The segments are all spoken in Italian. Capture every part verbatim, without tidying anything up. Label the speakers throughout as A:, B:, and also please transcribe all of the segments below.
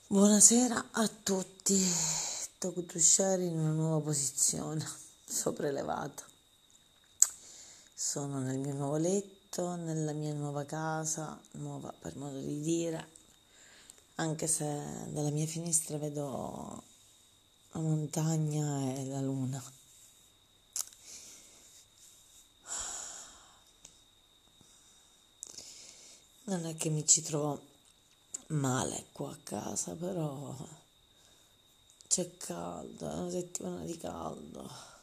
A: Buonasera a tutti, tocco uscire in una nuova posizione, sopraelevata. Sono nel mio nuovo letto, nella mia nuova casa, nuova per modo di dire, anche se dalla mia finestra vedo la montagna e la luna. Non è che mi ci trovo male qua a casa, però c'è caldo, è una settimana di caldo.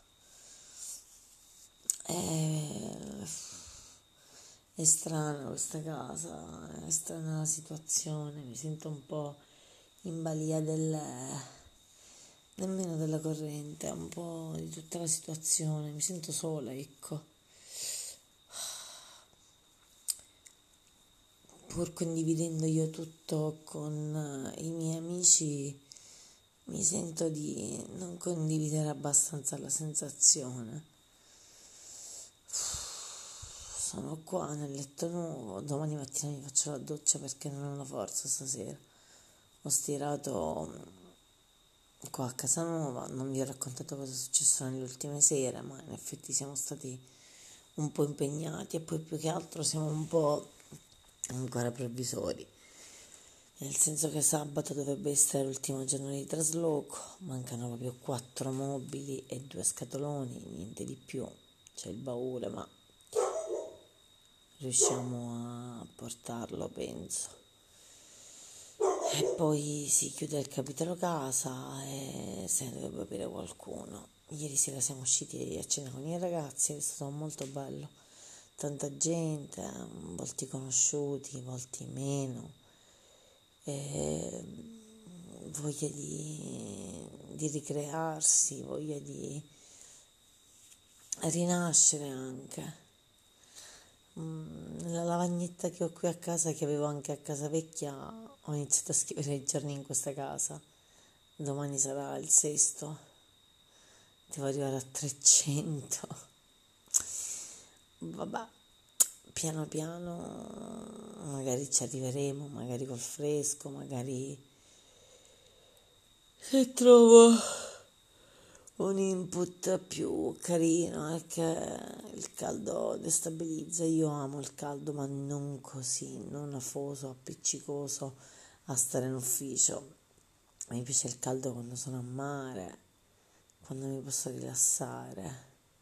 A: È, è strana questa casa, è strana la situazione, mi sento un po' in balia del, nemmeno della corrente, un po' di tutta la situazione, mi sento sola, ecco. Pur condividendo io tutto con i miei amici, mi sento di non condividere abbastanza la sensazione. Sono qua nel letto nuovo, domani mattina mi faccio la doccia perché non ho la forza stasera. Ho stirato qua a casa nuova, non vi ho raccontato cosa è successo nelle ultime sere, ma in effetti siamo stati un po' impegnati e poi più che altro siamo un po' ancora provvisori. Nel senso che sabato dovrebbe essere l'ultimo giorno di trasloco, mancano proprio quattro mobili e due scatoloni, niente di più. C'è il baule, ma riusciamo a portarlo, penso. E poi si chiude il capitolo casa e se ne dovrebbe aprire qualcuno. Ieri sera siamo usciti a cena con i ragazzi, è stato molto bello. Tanta gente, volti conosciuti, volti meno. E voglia di, di ricrearsi, voglia di rinascere anche. Nella lavagnetta che ho qui a casa, che avevo anche a casa vecchia, ho iniziato a scrivere i giorni in questa casa. Domani sarà il sesto, devo arrivare a trecento. Vabbè, piano piano magari ci arriveremo, magari col fresco, magari se trovo un input più carino, è che il caldo destabilizza. Io amo il caldo, ma non così, non afoso, appiccicoso a stare in ufficio. Mi piace il caldo quando sono a mare, quando mi posso rilassare,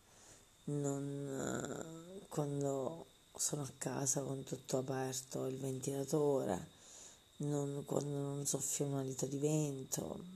A: non quando sono a casa con tutto aperto, il ventilatore, non quando non soffia un alito di vento.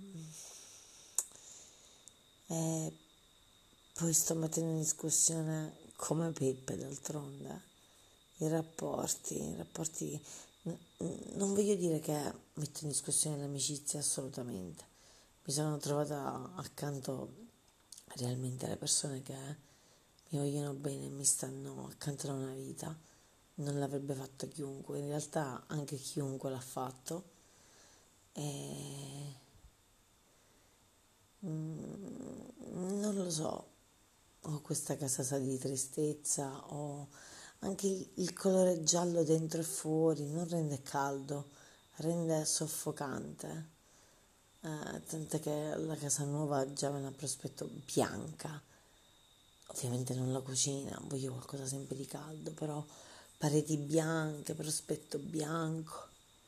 A: E poi sto mettendo in discussione, come Peppe d'altronde, i rapporti, i rapporti, non voglio dire che metto in discussione l'amicizia, assolutamente. Mi sono trovata accanto realmente alle persone che mi vogliono bene e mi stanno accanto da una vita. Non l'avrebbe fatto chiunque, in realtà anche chiunque l'ha fatto. E non lo so, ho questa casa sa di tristezza, ho anche il, il colore giallo dentro e fuori, non rende caldo, rende soffocante. Eh, tant'è che la casa nuova già me la prospetto bianca. Ovviamente non la cucina, voglio qualcosa sempre di caldo, però pareti bianche, prospetto bianco.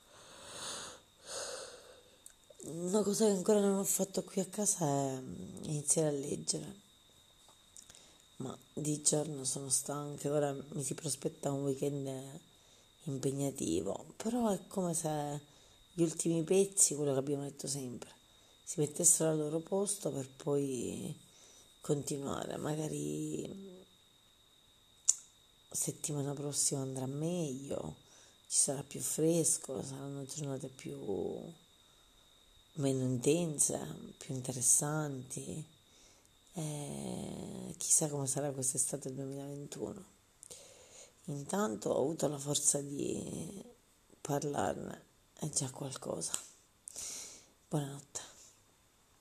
A: Una cosa che ancora non ho fatto qui a casa è iniziare a leggere, ma di giorno sono stanca, ora mi si prospetta un weekend impegnativo, però è come se gli ultimi pezzi, quello che abbiamo detto sempre, si mettessero al loro posto per poi continuare. Magari settimana prossima andrà meglio, ci sarà più fresco, saranno giornate più meno intense, più interessanti. E chissà come sarà quest'estate duemilaventuno. Intanto ho avuto la forza di parlarne, è già qualcosa. Buonanotte.